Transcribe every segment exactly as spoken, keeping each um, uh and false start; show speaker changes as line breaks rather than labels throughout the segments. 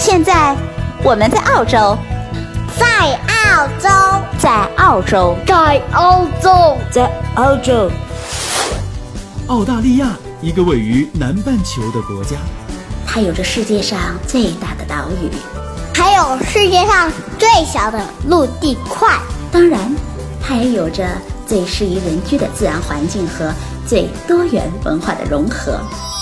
现在我们在澳洲，
在澳洲，
在澳洲，
在澳洲，
在澳洲。
澳大利亚，一个位于南半球的国家，
它有着世界上最大的岛屿，
还有世界上最小的陆地块。
当然，它也有着最适宜人居的自然环境和最多元文化的融合。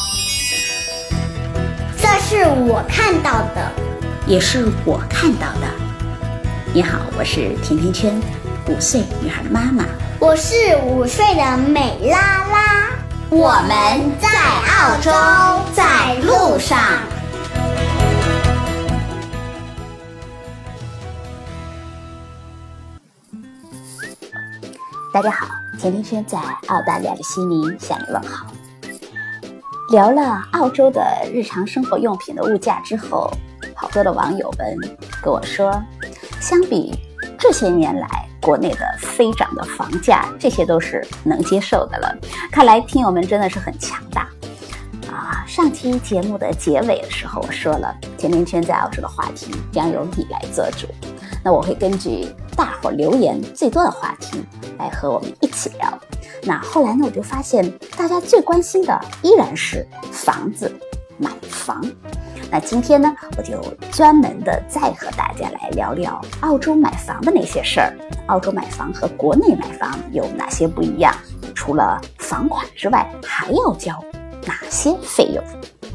这是我看到的，
也是我看到的。你好，我是甜甜圈，五岁女孩的妈妈。
我是五岁的美拉拉。我们在澳洲，在路上。
大家好，甜甜圈在澳大利亚的悉尼向你问好。聊了澳洲的日常生活用品的物价之后，好多的网友们跟我说，相比这些年来国内的飞涨的房价，这些都是能接受的了。看来听友们真的是很强大啊！上期节目的结尾的时候，我说了甜甜圈在澳洲的话题将由你来做主，那我会根据大伙留言最多的话题来和我们一起聊。那后来呢，我就发现大家最关心的依然是房子，买房。那今天呢，我就专门的再和大家来聊聊澳洲买房的那些事儿。澳洲买房和国内买房有哪些不一样？除了房款之外，还要交哪些费用？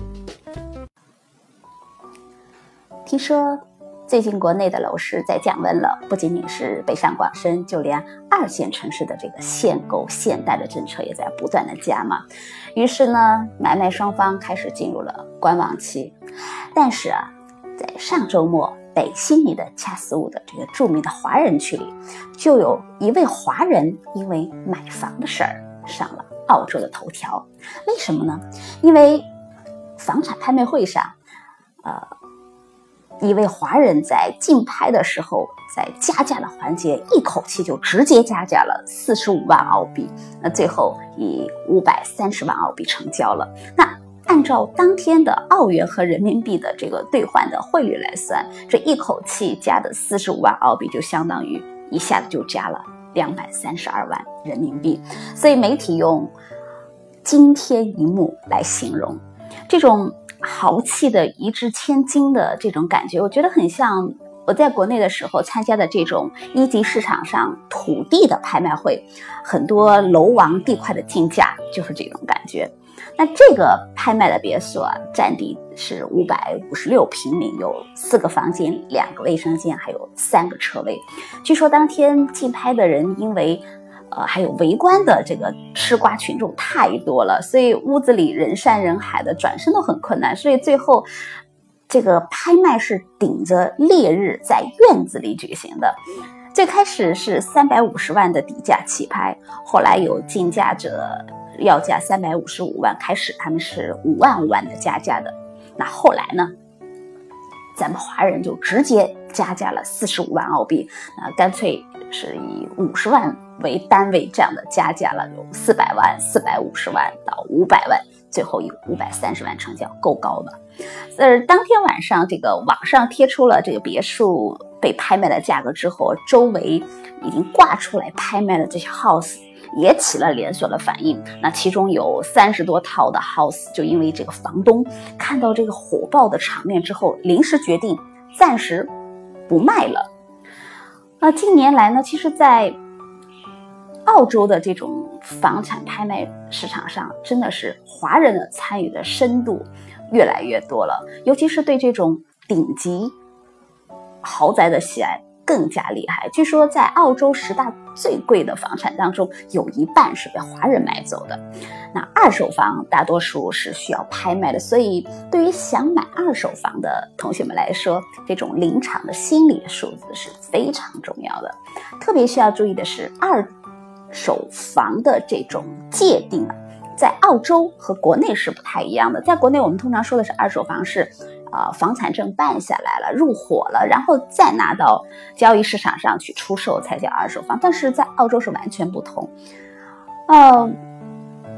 听说最近国内的楼市在降温了，不仅仅是北上广深，就连二线城市的这个限购限贷的政策也在不断的加码。于是呢，买卖双方开始进入了观望期。但是啊，在上周末，北悉尼的恰斯伍的这个著名的华人区里，就有一位华人因为买房的事儿上了澳洲的头条。为什么呢？因为房产拍卖会上，呃。一位华人在竞拍的时候，在加价的环节一口气就直接加价了四十五万澳币，那最后以五百三十万澳币成交了。那按照当天的澳元和人民币的这个兑换的汇率来算，这一口气加的四十五万澳币就相当于一下子就加了两百三十二万人民币。所以媒体用惊天一幕来形容这种豪气的一掷千金的这种感觉，我觉得很像我在国内的时候参加的这种一级市场上土地的拍卖会，很多楼王地块的竞价就是这种感觉。那这个拍卖的别墅啊，占地是五百五十六平米，有四个房间、两个卫生间，还有三个车位。据说当天竞拍的人因为呃，还有围观的这个吃瓜群众太多了，所以屋子里人山人海的，转身都很困难。所以最后这个拍卖是顶着烈日在院子里举行的。最开始是三百五十万的底价起拍，后来有竞价者要价三百五十五万，开始他们是五万五万的加价的。那后来呢，咱们华人就直接加价了四十五万澳币，那干脆是以五十万为单位这样的加价了，有四百万、四百五十万到五百万，最后以五百三十万成交，够高的。呃，当天晚上这个网上贴出了这个别墅被拍卖的价格之后，周围已经挂出来拍卖的这些 house 也起了连锁的反应。那其中有三十多套的 house 就因为这个房东看到这个火爆的场面之后，临时决定暂时不卖了。那近年来呢，其实在澳洲的这种房产拍卖市场上，真的是华人的参与的深度越来越多了，尤其是对这种顶级豪宅的喜爱更加厉害。据说在澳洲十大最贵的房产当中，有一半是被华人买走的。那二手房大多数是需要拍卖的，所以对于想买二手房的同学们来说，这种临场的心理数字是非常重要的。特别需要注意的是，二手房的这种界定啊，在澳洲和国内是不太一样的。在国内我们通常说的是二手房是呃，房产证办下来了，入伙了，然后再拿到交易市场上去出售才叫二手房。但是在澳洲是完全不同。呃，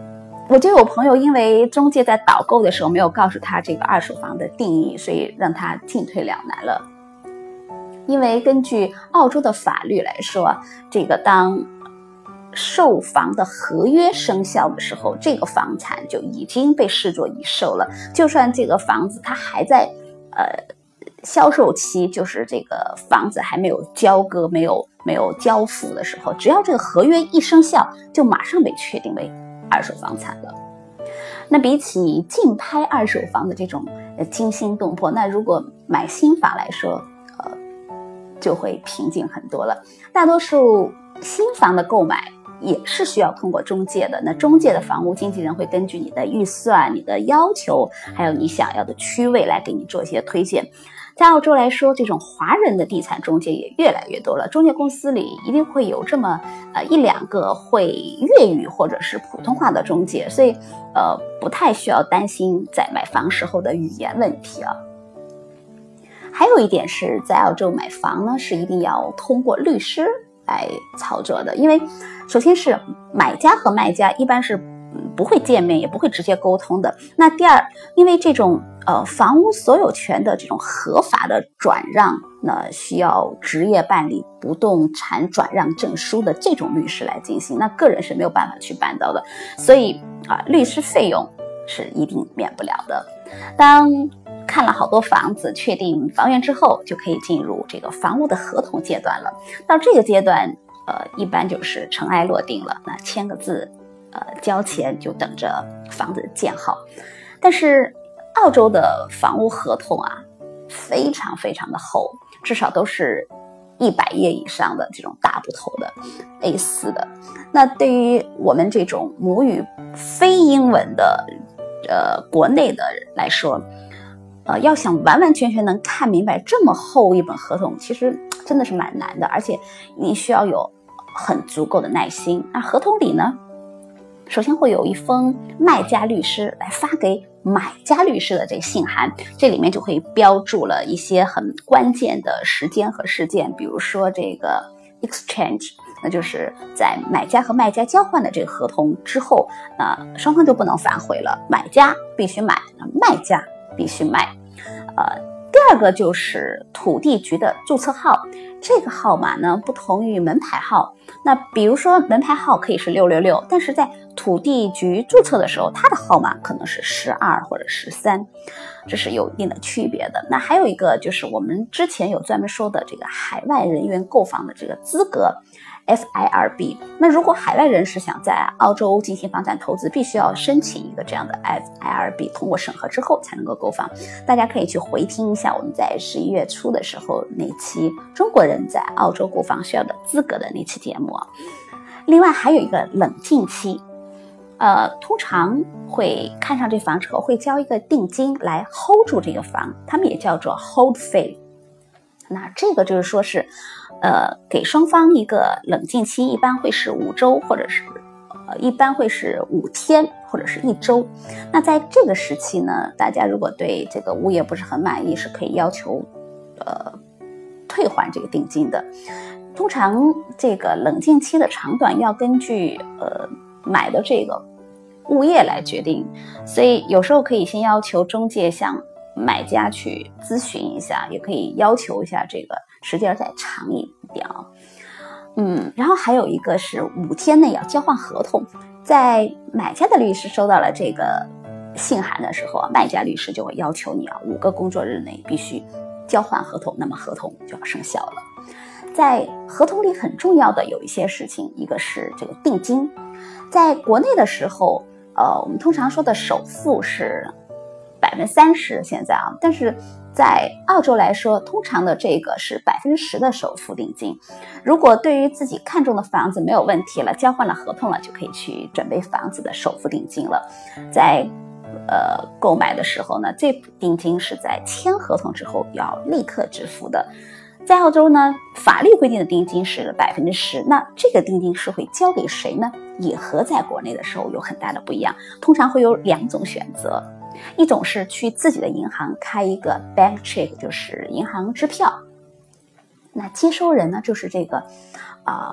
我就有朋友因为中介在导购的时候没有告诉他这个二手房的定义，所以让他进退两难了。因为根据澳洲的法律来说，这个当售房的合约生效的时候，这个房产就已经被视作已售了。就算这个房子它还在呃销售期，就是这个房子还没有交割、没有没有交付的时候，只要这个合约一生效，就马上被确定为二手房产了。那比起竞拍二手房的这种呃惊心动魄，那如果买新房来说，呃，就会平静很多了。大多数新房的购买也是需要通过中介的，那中介的房屋经纪人会根据你的预算、你的要求，还有你想要的区位来给你做一些推荐。在澳洲来说，这种华人的地产中介也越来越多了，中介公司里一定会有这么呃一两个会粤语或者是普通话的中介，所以呃不太需要担心在买房时候的语言问题啊。还有一点是在澳洲买房呢，是一定要通过律师来操作的，因为首先是买家和卖家一般是不会见面，也不会直接沟通的。那第二，因为这种呃房屋所有权的这种合法的转让呢，需要职业办理不动产转让证书的这种律师来进行，那个人是没有办法去办到的，所以啊、呃，律师费用是一定免不了的。当看了好多房子，确定房源之后，就可以进入这个房屋的合同阶段了。到这个阶段，呃，一般就是尘埃落定了，那签个字，呃，交钱就等着房子建好。但是澳洲的房屋合同啊，非常非常的厚，至少都是一百页以上的这种大部头的 A 四 的。那对于我们这种母语非英文的呃国内的人来说，呃，要想完完全全能看明白这么厚一本合同，其实真的是蛮难的，而且你需要有很足够的耐心。那合同里呢，首先会有一封卖家律师来发给买家律师的这个信函，这里面就会标注了一些很关键的时间和事件，比如说这个 exchange， 那就是在买家和卖家交换的这个合同之后，那双方就不能反悔了，买家必须买，卖家必须卖。呃，第二个就是土地局的注册号，这个号码呢不同于门牌号。那比如说门牌号可以是六六六，但是在土地局注册的时候，它的号码可能是十二或者十三，这是有一定的区别的。那还有一个就是我们之前有专门说的这个海外人员购房的这个资格 F I R B， 那如果海外人士想在澳洲进行房产投资，必须要申请一个这样的 F I R B， 通过审核之后才能够购房。大家可以去回听一下我们在十一月初的时候那期中国人在澳洲购房需要的资格的那期节目。另外还有一个冷静期，呃，通常会看上这房之后会交一个定金来 hold 住这个房，他们也叫做 hold fee。那这个就是说是呃，给双方一个冷静期，一般会是五周，或者是呃，一般会是五天，或者是一周。那在这个时期呢，大家如果对这个物业不是很满意，是可以要求呃退还这个定金的。通常这个冷静期的长短要根据呃买的这个物业来决定，所以有时候可以先要求中介向买家去咨询一下，也可以要求一下这个时间再长一点啊。嗯，然后还有一个是五天内要交换合同，在买家的律师收到了这个信函的时候啊，卖家律师就会要求你啊五个工作日内必须交换合同，那么合同就要生效了。在合同里很重要的有一些事情，一个是这个定金，在国内的时候，呃，我们通常说的首付是百分之三十，现在啊，但是在澳洲来说，通常的这个是百分之十的首付定金。如果对于自己看中的房子没有问题了，交换了合同了，就可以去准备房子的首付定金了。在呃购买的时候呢，这笔定金是在签合同之后要立刻支付的。在澳洲呢，法律规定的定金是百分之十，那这个定金是会交给谁呢？也和在国内的时候有很大的不一样，通常会有两种选择，一种是去自己的银行开一个 bank check， 就是银行支票，那接收人呢就是这个啊、呃、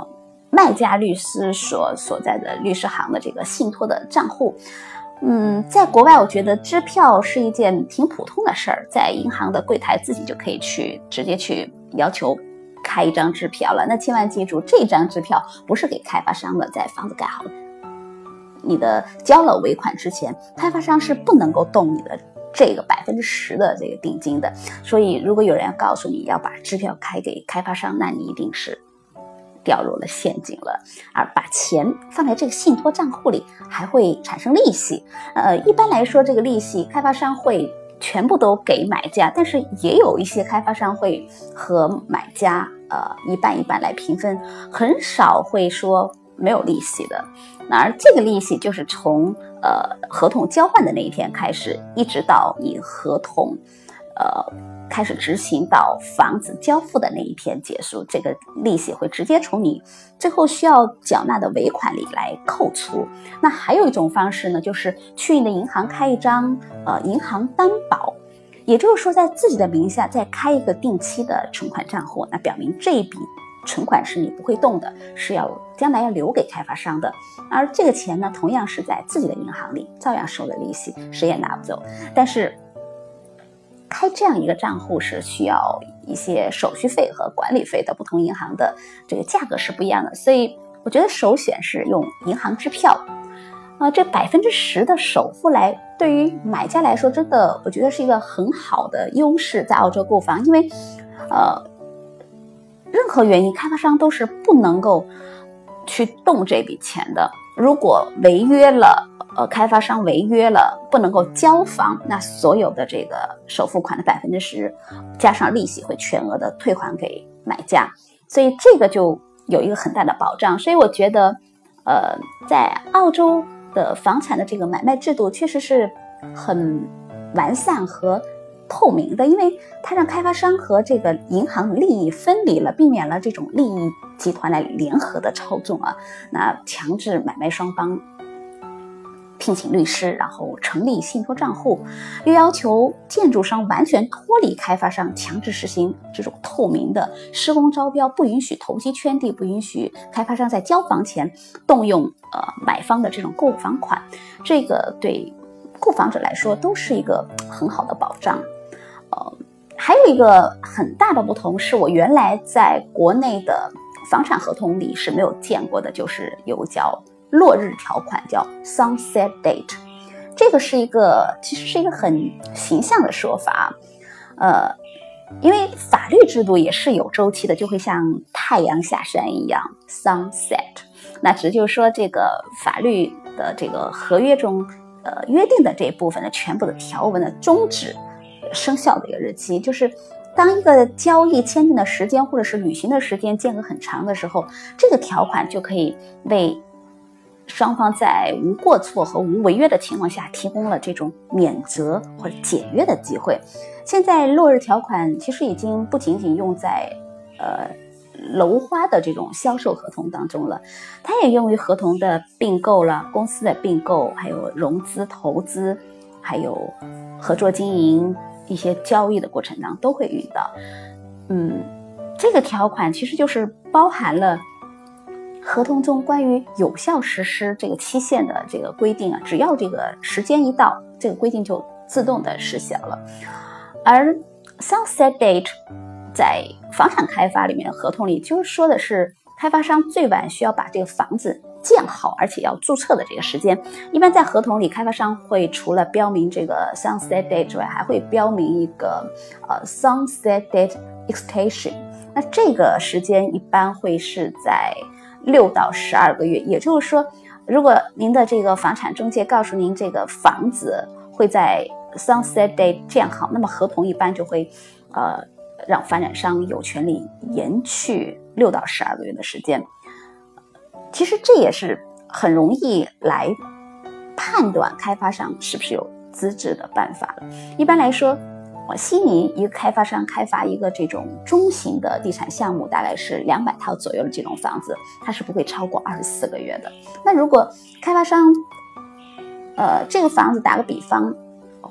卖家律师所所在的律师行的这个信托的账户。嗯，在国外我觉得支票是一件挺普通的事儿，在银行的柜台自己就可以去直接去要求开一张支票了。那千万记住，这张支票不是给开发商的，在房子盖好你的交了尾款之前，开发商是不能够动你的这个百分之十的这个定金的。所以如果有人要告诉你要把支票开给开发商，那你一定是掉入了陷阱了。而把钱放在这个信托账户里还会产生利息，呃，一般来说这个利息开发商会全部都给买家，但是也有一些开发商会和买家呃一半一半来平分，很少会说没有利息的。那而这个利息就是从呃合同交换的那一天开始，一直到你合同呃开始执行到房子交付的那一天结束，这个利息会直接从你最后需要缴纳的尾款里来扣除。那还有一种方式呢，就是去你的银行开一张呃银行担保，也就是说在自己的名下再开一个定期的存款账户，那表明这一笔存款是你不会动的，是要将来要留给开发商的。而这个钱呢，同样是在自己的银行里照样收了利息，谁也拿不走。但是开这样一个账户是需要一些手续费和管理费的，不同银行的这个价格是不一样的，所以我觉得首选是用银行支票。呃，这百分之十的首付来对于买家来说，真的我觉得是一个很好的优势，在澳洲购房，因为呃，任何原因开发商都是不能够去动这笔钱的。如果违约了，呃，开发商违约了，不能够交房，那所有的这个首付款的百分之十加上利息会全额的退还给买家，所以这个就有一个很大的保障。所以我觉得，呃，在澳洲的房产的这个买卖制度确实是很完善和透明的，因为它让开发商和这个银行利益分离了，避免了这种利益集团来联合的操纵啊，那强制买卖双方聘请律师，然后成立信托账户，又要求建筑商完全脱离开发商，强制实行这种透明的施工招标，不允许投机圈地，不允许开发商在交房前动用呃买方的这种购房款，这个对购房者来说都是一个很好的保障。呃，还有一个很大的不同是我原来在国内的房产合同里是没有见过的，就是有叫落日条款，叫 sunset date。 这个是一个其实是一个很形象的说法，呃，因为法律制度也是有周期的，就会像太阳下山一样 sunset。 那只就是说这个法律的这个合约中呃约定的这一部分的全部的条文的终止生效的一个日期，就是当一个交易签订的时间或者是履行的时间间隔很长的时候，这个条款就可以为双方在无过错和无违约的情况下提供了这种免责或者解约的机会。现在落日条款其实已经不仅仅用在呃楼花的这种销售合同当中了，它也用于合同的并购了，公司的并购，还有融资投资，还有合作经营一些交易的过程当中都会遇到。嗯，这个条款其实就是包含了合同中关于有效实施这个期限的这个规定啊，只要这个时间一到，这个规定就自动的失效了。而 sunset date 在房产开发里面的合同里就是说的是开发商最晚需要把这个房子建好而且要注册的这个时间。一般在合同里开发商会除了标明这个 sunset date 之外，还会标明一个呃 sunset date extension。 那这个时间一般会是在六到十二个月，也就是说如果您的这个房产中介告诉您这个房子会在 sunset date 建好，那么合同一般就会呃让发展商有权利延续六到十二个月的时间。其实这也是很容易来判断开发商是不是有资质的办法了。一般来说，悉尼一个开发商开发一个这种中型的地产项目，大概是两百套左右的这种房子，它是不会超过二十四个月的。那如果开发商呃这个房子打个比方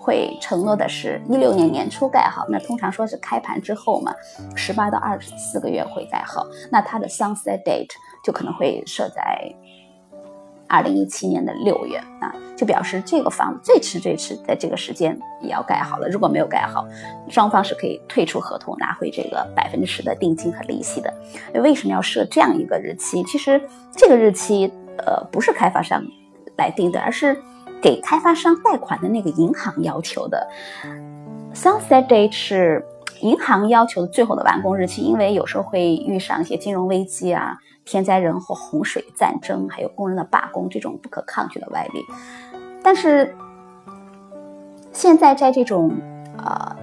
会承诺的是一六年年初盖好，那通常说是开盘之后嘛，十八到二十四个月会盖好，那它的 sunset date 就可能会设在二零一七年的六月，啊，就表示这个房子最迟最迟在这个时间也要盖好了。如果没有盖好，双方是可以退出合同，拿回这个百分之十的定金和利息的。为什么要设这样一个日期？其实这个日期，呃，不是开发商来定的，而是给开发商贷款的那个银行要求的。Sunset date 是银行要求的最后的完工日期，因为有时候会遇上一些金融危机啊、天灾人祸、洪水、战争，还有工人的罢工这种不可抗拒的外力。但是现在在这种呃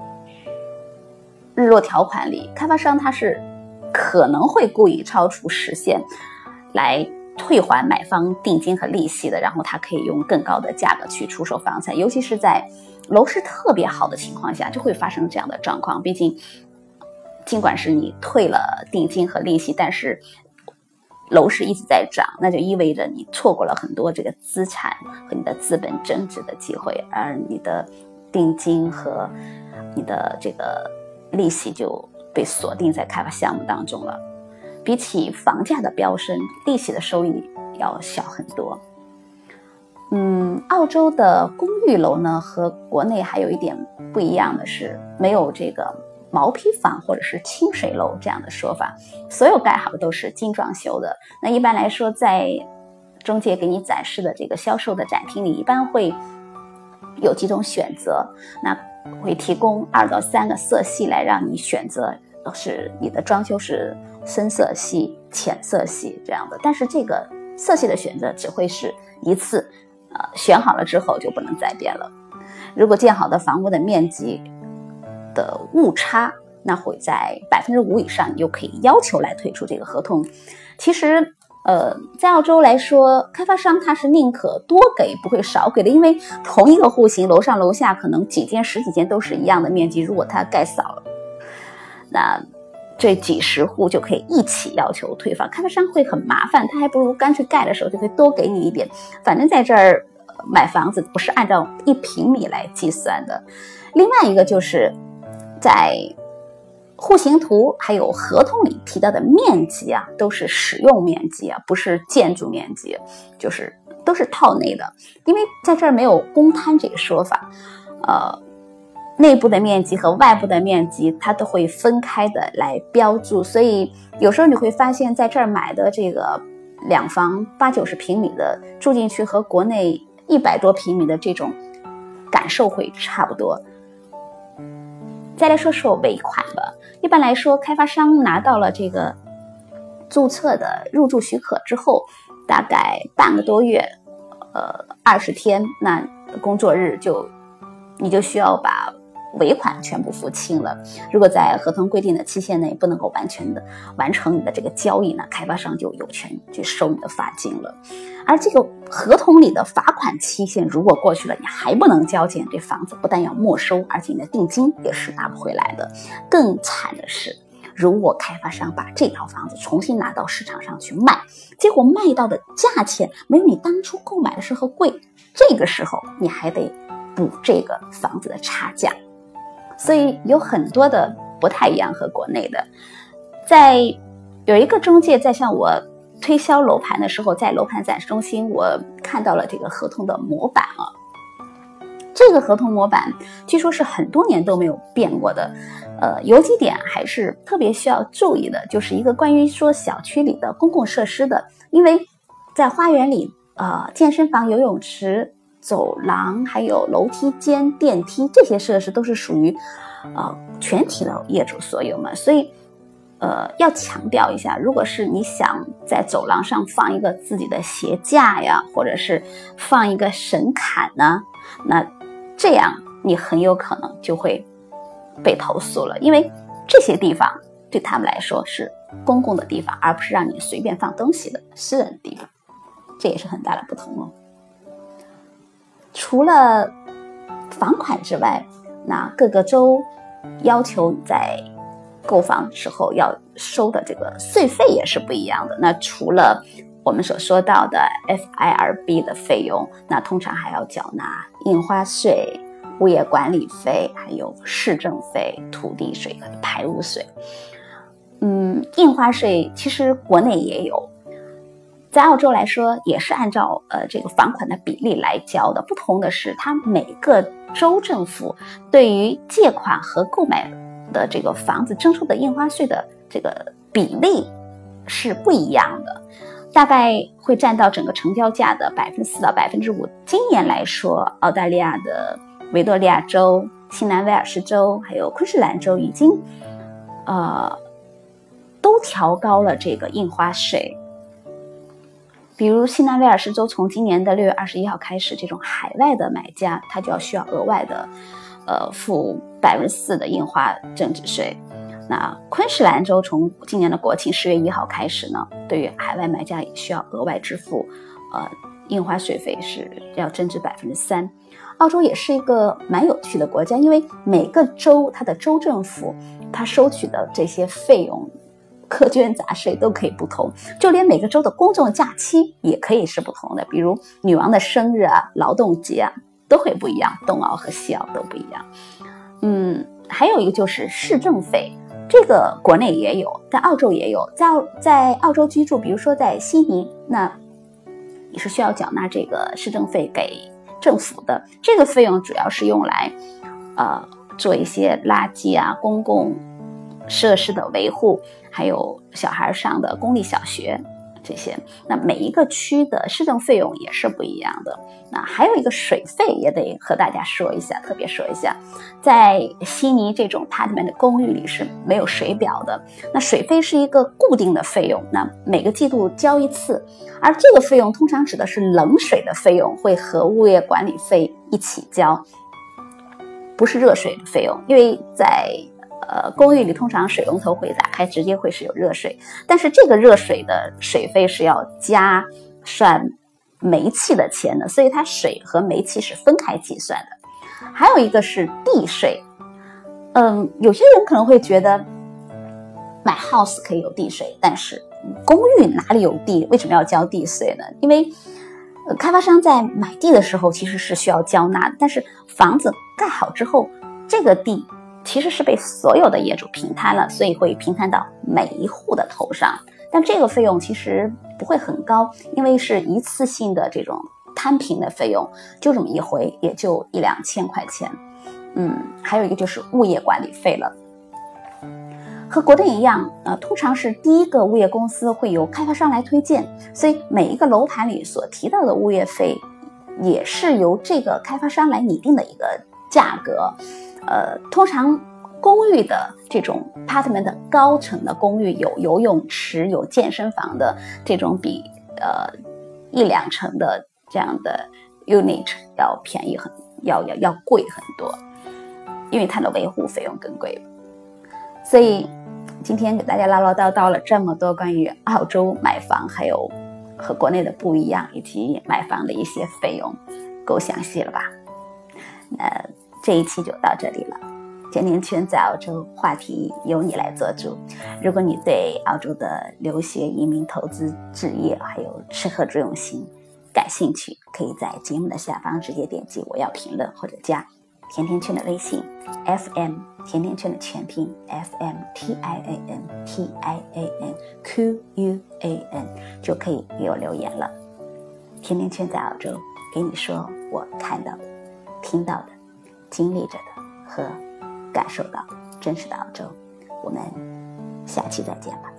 日落条款里，开发商他是可能会故意超出时限来退还买方定金和利息的，然后他可以用更高的价格去出售房产，尤其是在楼市特别好的情况下就会发生这样的状况。毕竟尽管是你退了定金和利息，但是楼市一直在涨，那就意味着你错过了很多这个资产和你的资本增值的机会，而你的定金和你的这个利息就被锁定在开发项目当中了。比起房价的飙升，利息的收益要小很多。嗯，澳洲的公寓楼呢和国内还有一点不一样的是，没有这个毛坯房或者是清水楼这样的说法，所有盖好的都是精装修的。那一般来说，在中介给你展示的这个销售的展厅里，一般会有几种选择，那会提供二到三个色系来让你选择，是你的装修是深色系、浅色系这样的。但是这个色系的选择只会是一次，呃，选好了之后就不能再变了。如果建好的房屋的面积的误差，那会在百分之五以上，你就可以要求来退出这个合同。其实，呃，在澳洲来说，开发商他是宁可多给不会少给的，因为同一个户型，楼上楼下可能几间、十几间都是一样的面积，如果他盖少了，那这几十户就可以一起要求退房，开发商会很麻烦，他还不如干脆盖的时候就可以多给你一点。反正在这儿买房子不是按照一平米来计算的。另外一个就是在户型图还有合同里提到的面积啊，都是使用面积啊，不是建筑面积，就是都是套内的，因为在这儿没有公摊这个说法，呃。内部的面积和外部的面积它都会分开的来标注，所以有时候你会发现在这儿买的这个两房八九十平米的住进去和国内一百多平米的这种感受会差不多。再来说说尾款吧，一般来说开发商拿到了这个注册的入住许可之后，大概半个多月呃二十天那工作日就你就需要把尾款全部付清了。如果在合同规定的期限内不能够完全的完成你的这个交易呢，开发商就有权去收你的罚金了。而这个合同里的罚款期限如果过去了，你还不能交钱，这房子不但要没收，而且你的定金也是拿不回来的。更惨的是，如果开发商把这套房子重新拿到市场上去卖，结果卖到的价钱没有你当初购买的时候贵，这个时候你还得补这个房子的差价。所以有很多的不太一样和国内的。在有一个中介在向我推销楼盘的时候，在楼盘展示中心我看到了这个合同的模板啊。这个合同模板据说是很多年都没有变过的，呃，有几点还是特别需要注意的，就是一个关于说小区里的公共设施的，因为在花园里呃，健身房、游泳池、走廊还有楼梯间、电梯这些设施都是属于呃全体的业主所有嘛，所以呃要强调一下，如果是你想在走廊上放一个自己的鞋架呀，或者是放一个神龛呢，那这样你很有可能就会被投诉了，因为这些地方对他们来说是公共的地方，而不是让你随便放东西的私人的地方，这也是很大的不同哦。除了房款之外，那各个州要求你在购房时候要收的这个税费也是不一样的。那除了我们所说到的 F I R B 的费用，那通常还要缴纳印花税、 物业管理费，还有市政费、土地税和排污税。嗯，印花税其实国内也有，在澳洲来说也是按照呃这个房款的比例来交的，不同的是它每个州政府对于借款和购买的这个房子征收的印花税的这个比例是不一样的，大概会占到整个成交价的百分之四到百分之五。今年来说，澳大利亚的维多利亚州、新南威尔士州还有昆士兰州已经呃都调高了这个印花税。比如新南威尔士州从今年的六月二十一号开始，这种海外的买家他就要需要额外的呃付百分之四的印花增值税。那昆士兰州从今年的国庆十月一号开始呢，对于海外买家也需要额外支付呃印花税费是要增值百分之三。澳洲也是一个蛮有趣的国家，因为每个州它的州政府它收取的这些费用苛捐杂税都可以不同，就连每个州的公众假期也可以是不同的，比如女王的生日啊、劳动节啊都会不一样，东澳和西澳都不一样。嗯，还有一个就是市政费，这个国内也有，在澳洲也有。在在澳洲居住，比如说在悉尼，那你是需要缴纳这个市政费给政府的，这个费用主要是用来呃做一些垃圾啊、公共设施的维护，还有小孩上的公立小学这些。那每一个区的市政费用也是不一样的。那还有一个水费也得和大家说一下，特别说一下，在悉尼这种apartment的公寓里是没有水表的，那水费是一个固定的费用，那每个季度交一次，而这个费用通常指的是冷水的费用，会和物业管理费一起交，不是热水的费用，因为在呃，公寓里通常水龙头会打开，直接会是有热水，但是这个热水的水费是要加算煤气的钱的，所以它水和煤气是分开计算的。还有一个是地税，嗯，有些人可能会觉得买 house 可以有地税，但是公寓哪里有地，为什么要交地税呢？因为呃，开发商在买地的时候其实是需要交纳的，但是房子盖好之后，这个地其实是被所有的业主平摊了，所以会平摊到每一户的头上。但这个费用其实不会很高，因为是一次性的这种摊平的费用，就这么一回也就一两千块钱。嗯，还有一个就是物业管理费了。和国内一样，呃，通常是第一个物业公司会由开发商来推荐，所以每一个楼盘里所提到的物业费也是由这个开发商来拟定的一个价格。呃，通常公寓的这种 apartment 的高层的公寓有游泳池、有健身房的这种比呃一两层的这样的 unit 要便宜很，要要要贵很多，因为它的维护费用更贵。所以今天给大家唠唠叨叨了这么多关于澳洲买房，还有和国内的不一样，以及买房的一些费用，够详细了吧？那这一期就到这里了。甜甜圈在澳洲话题由你来做主。如果你对澳洲的留学、移民、投资、置业还有适合住用行感兴趣，可以在节目的下方直接点击我要评论，或者加甜甜圈的微信 F M 甜甜圈的全拼 F M T I A N T I A N Q U A N 就可以给我留言了。甜甜圈在澳洲，给你说我看到的、听到的、经历着的和感受到真实的澳洲。我们下期再见吧。